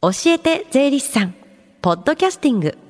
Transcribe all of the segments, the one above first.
教えて税理士さんポッドキャスティング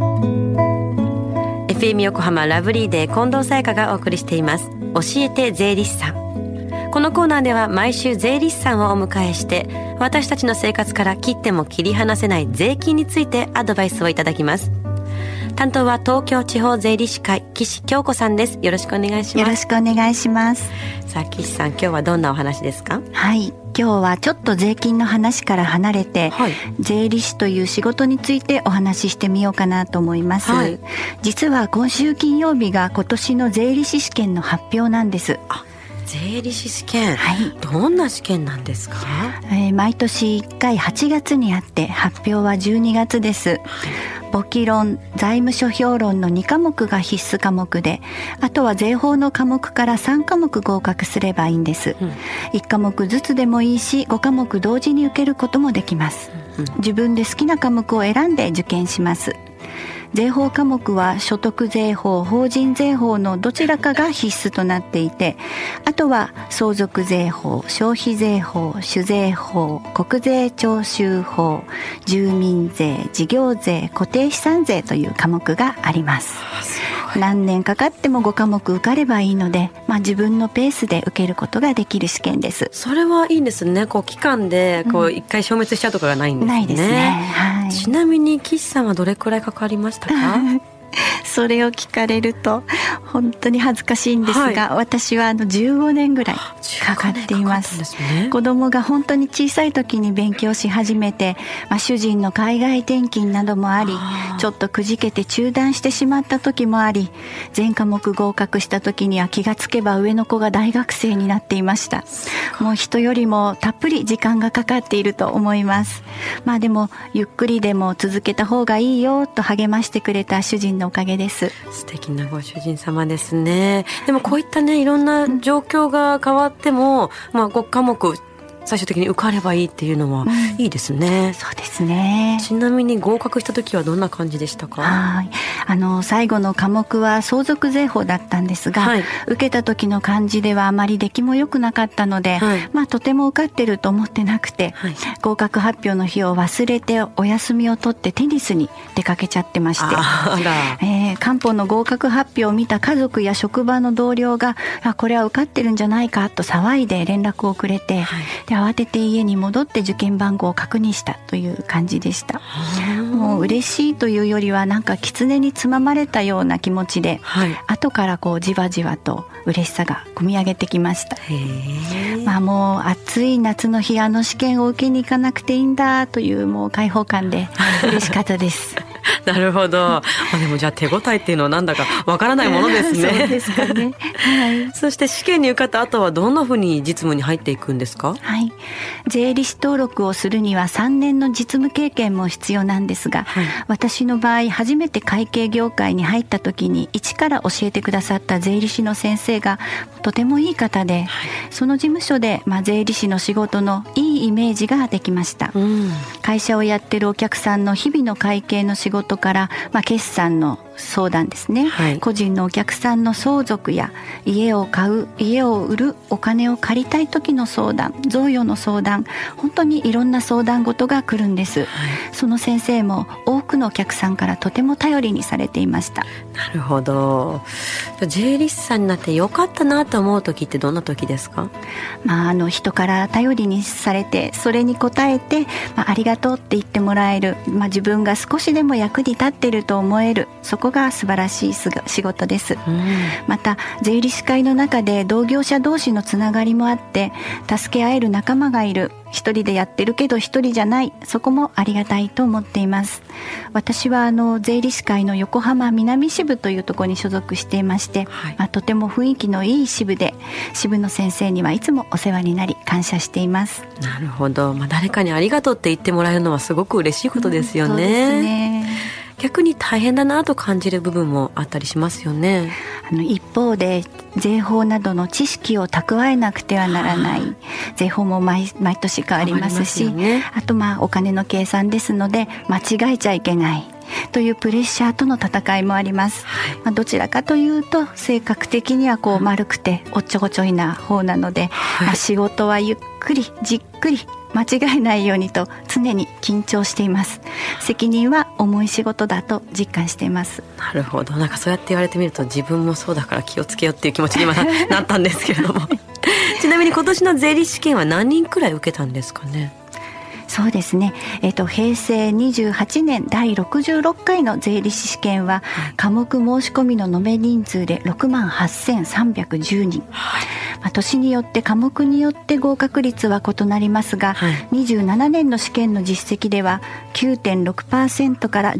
FM 横浜ラブリーデー近藤沙耶香がお送りしています。教えて税理士さん。このコーナーでは毎週税理士さんをお迎えして私たちの生活から切っても切り離せない税金についてアドバイスをいただきます。担当は東京地方税理士会岸京子さんです。よろしくお願いします。 よろしくお願いします。 さあ岸さん、今日はどんなお話ですか？ はい、今日はちょっと税金の話から離れて、税理士という仕事についてお話ししてみようかなと思います。実は今週金曜日が今年の税理士試験の発表なんです。 税理士試験、どんな試験なんですか？ 毎年1回8月にあって発表は12月です。簿記論、財務諸表論の2科目が必須科目で、あとは税法の科目から3科目合格すればいいんです。1科目ずつでもいいし5科目同時に受けることもできます。自分で好きな科目を選んで受験します。税法科目は所得税法、法人税法のどちらかが必須となっていて、あとは相続税法、消費税法、酒税法、国税徴収法、住民税、事業税、固定資産税という科目があります。何年かかっても5科目受かればいいので、自分のペースで受けることができる試験です。 それはいいんですね。期間で1回消滅しちゃうとかがないんですね。 ないですね。 ちなみに岸さんはどれくらいかかりましたか？ それを聞かれると本当に恥ずかしいんですが、私は15年ぐらいかかっています。子供が本当に小さい時に勉強し始めて、主人の海外転勤などもあり、ちょっとくじけて中断してしまった時もあり、全科目合格した時には気がつけば上の子が大学生になっていました。もう人よりもたっぷり時間がかかっていると思います。でもゆっくりでも続けた方がいいよと励ましてくれた主人のおかげです。 素敵なご主人様ですね。でもこういったね、いろんな状況が変わっても、5科目最終的に受かればいいっていうのはいいですね。 そうですね。 ちなみに合格した時はどんな感じでしたか？ 最後の科目は相続税法だったんですが、受けた時の感じではあまり出来も良くなかったので、とても受かってると思ってなくて、合格発表の日を忘れてお休みを取ってテニスに出かけちゃってまして、官報の合格発表を見た家族や職場の同僚がこれは受かってるんじゃないかと騒いで連絡をくれて、で慌てて家に戻って受験番号を確認したという感じでした。もう嬉しいというよりは狐につままれたような気持ちで、後からじわじわと嬉しさが込み上げてきました。もう暑い夏の日試験を受けに行かなくていいんだというもう開放感で嬉しかったですなるほど。でもじゃあ手応えっていうのはなんだかわからないものですね。 そうですかね。 そして試験に受かった後はどんなふうに実務に入っていくんですか？ 税理士登録をするには3年の実務経験も必要なんですが、私の場合初めて会計業界に入った時に一から教えてくださった税理士の先生がとてもいい方で、その事務所で、税理士の仕事のいいイメージができました。会社をやってるお客さんの日々の会計の仕事から、決算の相談ですね、個人のお客さんの相続や家を買う、家を売る、お金を借りたい時の相談、贈与の相談、本当にいろんな相談事が来るんです。その先生も多くのお客さんからとても頼りにされていました。 なるほど。税理士さんになってよかったなと思う時ってどんな時ですか？ 人から頼りにされて、それに応えて、ありがとうって言ってもらえる、自分が少しでも役に立っていると思える、そこが素晴らしい仕事です。また税理士会の中で同業者同士のつながりもあって助け合える仲間がいる、一人でやってるけど一人じゃない、そこもありがたいと思っています。私は税理士会の横浜南支部というところに所属していまして、とても雰囲気のいい支部で、支部の先生にはいつもお世話になり感謝しています。 なるほど。誰かにありがとうって言ってもらえるのはすごく嬉しいことですよね。 そうですね。 逆に大変だなと感じる部分もあったりしますよね。 一方で税法などの知識を蓄えなくてはならない、税法も毎年変わりますし、あとお金の計算ですので間違えちゃいけないというプレッシャーとの戦いもあります。どちらかというと性格的には丸くておっちょこちょいな方なので、仕事はゆっくりじっくり間違えないようにと常に緊張しています。責任は重い仕事だと実感しています。 なるほど。なんかそうやって言われてみると自分もそうだから気をつけようっていう気持ちに今なったんですけれどもちなみに今年の税理士試験は何人くらい受けたんですかね。 そうですね、平成28年第66回の税理士試験は、科目申し込みの延べ人数で68,310人、年によって科目によって合格率は異なりますが、27年の試験の実績では 9.6% から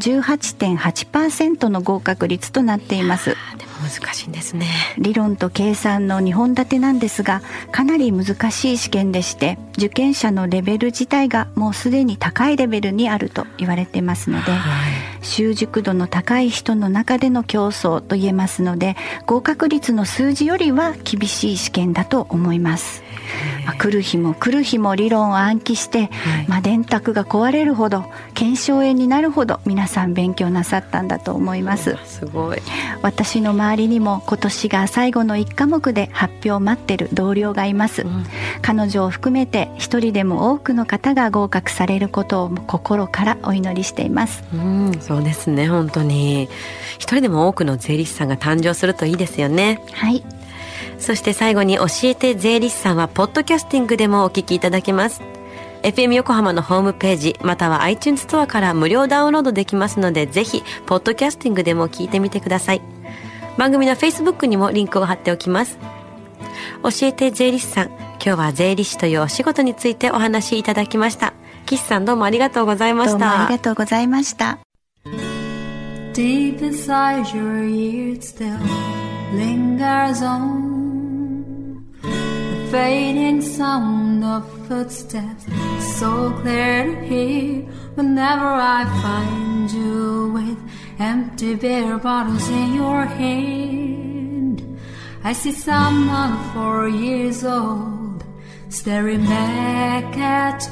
18.8% の合格率となっています。 でも難しいんですね。 理論と計算の2本立てなんですが、かなり難しい試験でして、受験者のレベル自体がもうすでに高いレベルにあると言われていますので、習熟度の高い人の中での競争と言えますので、合格率の数字よりは厳しい試験だと思います。来る日も来る日も理論を暗記して、電卓が壊れるほど、腱鞘炎になるほど皆さん勉強なさったんだと思います。 すごい。 私の周りにも今年が最後の1科目で発表を待っている同僚がいます。彼女を含めて一人でも多くの方が合格されることを心からお祈りしています。 そうですね。本当に一人でも多くの税理士さんが誕生するといいですよね。 はい。 そして最後に教えて税理士さんはポッドキャスティングでもお聞きいただけます。 FM 横浜のホームページまたは iTunes ストアから無料ダウンロードできますので、ぜひポッドキャスティングでも聞いてみてください。番組の Facebook にもリンクを貼っておきます。教えて税理士さん、今日は税理士というお仕事についてお話しいただきました。岸さん、どうもありがとうございました。 どうもありがとうございました。 Deep inside your ears still lingers on the fading sound of footsteps, so clear to hear whenever I find you with empty beer bottles in your hand. I see someone 4 years old staring back at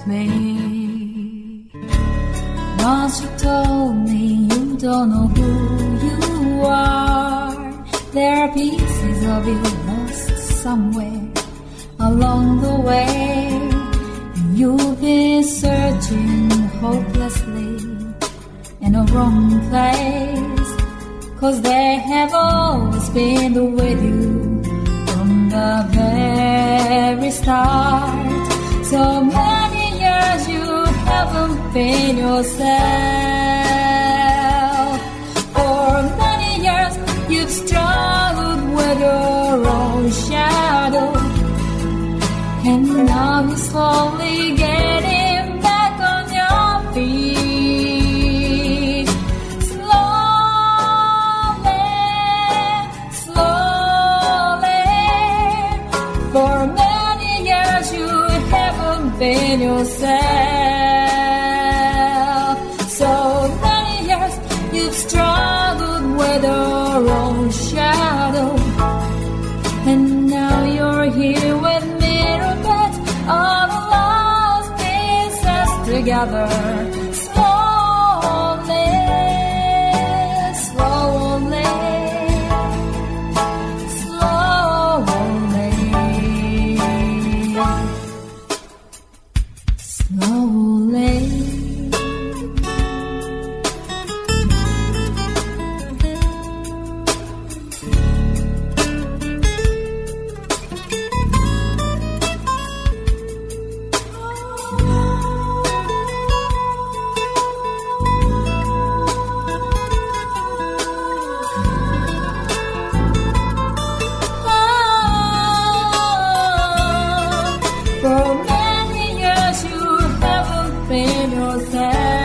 me. Once you told me you don't know who you are. There are pieces of you lost somewhere along the way, and you've been searching hopelessly in a wrong place, 'cause they have always been with you from the very start. So many years you haven't been yourself. For many years you've struggled with your own shadow, and now you're slowly getting back on your feet. Slowly, slowly. For many years you haven't been yourself. So many years you've struggled with your own shadow, and now you're here with me to put all the lost pieces together. Slowly, slowly, slowly, slowly. For many years you haven't been yourself.